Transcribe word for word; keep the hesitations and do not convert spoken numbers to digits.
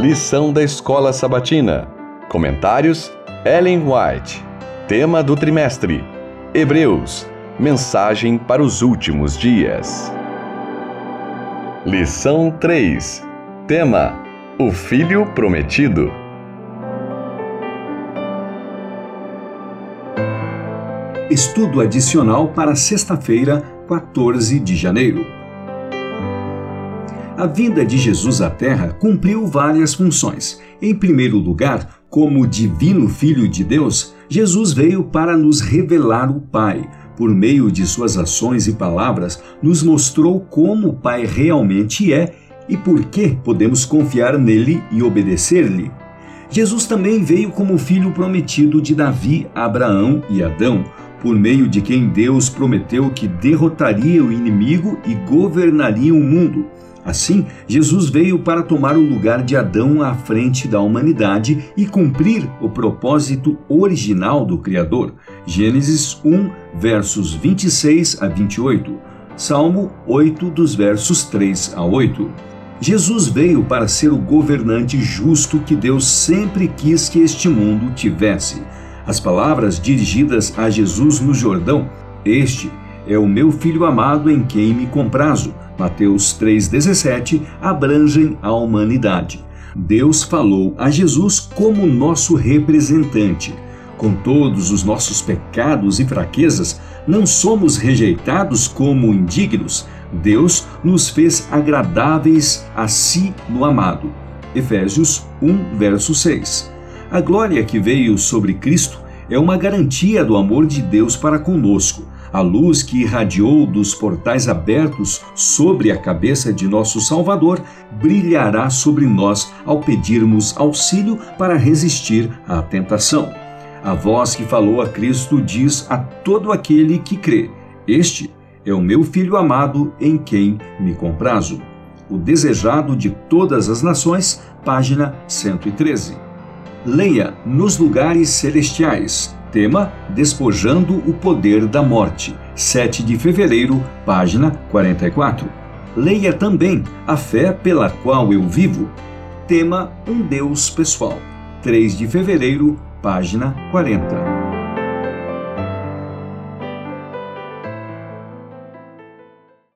Lição da Escola Sabatina. Comentários: Ellen White. Tema do trimestre: Hebreus. Mensagem para os últimos dias. Lição três. Tema: O Filho Prometido. Estudo adicional para sexta-feira, quatorze de janeiro. A vinda de Jesus à Terra cumpriu várias funções. Em primeiro lugar, como divino Filho de Deus, Jesus veio para nos revelar o Pai. Por meio de suas ações e palavras, nos mostrou como o Pai realmente é e por que podemos confiar nele e obedecer-lhe. Jesus também veio como filho prometido de Davi, Abraão e Adão, por meio de quem Deus prometeu que derrotaria o inimigo e governaria o mundo. Assim, Jesus veio para tomar o lugar de Adão à frente da humanidade e cumprir o propósito original do Criador. Gênesis um, versos vinte e seis a vinte e oito. Salmo oito, dos versos três a oito. Jesus veio para ser o governante justo que Deus sempre quis que este mundo tivesse. As palavras dirigidas a Jesus no Jordão: "Este é o meu Filho amado em quem me comprazo", Mateus três, dezessete, abrangem a humanidade. Deus falou a Jesus como nosso representante. Com todos os nossos pecados e fraquezas, não somos rejeitados como indignos. Deus nos fez agradáveis a si no amado. Efésios um, verso seis. A glória que veio sobre Cristo é uma garantia do amor de Deus para conosco. A luz que irradiou dos portais abertos sobre a cabeça de nosso Salvador brilhará sobre nós ao pedirmos auxílio para resistir à tentação. A voz que falou a Cristo diz a todo aquele que crê: "Este é o meu Filho amado em quem me comprazo". O Desejado de Todas as Nações, página cento e treze. Leia Nos Lugares Celestiais. Tema: Despojando o Poder da Morte, sete de fevereiro, página quarenta e quatro. Leia também A Fé pela Qual Eu Vivo. Tema: Um Deus Pessoal, três de fevereiro, página quarenta.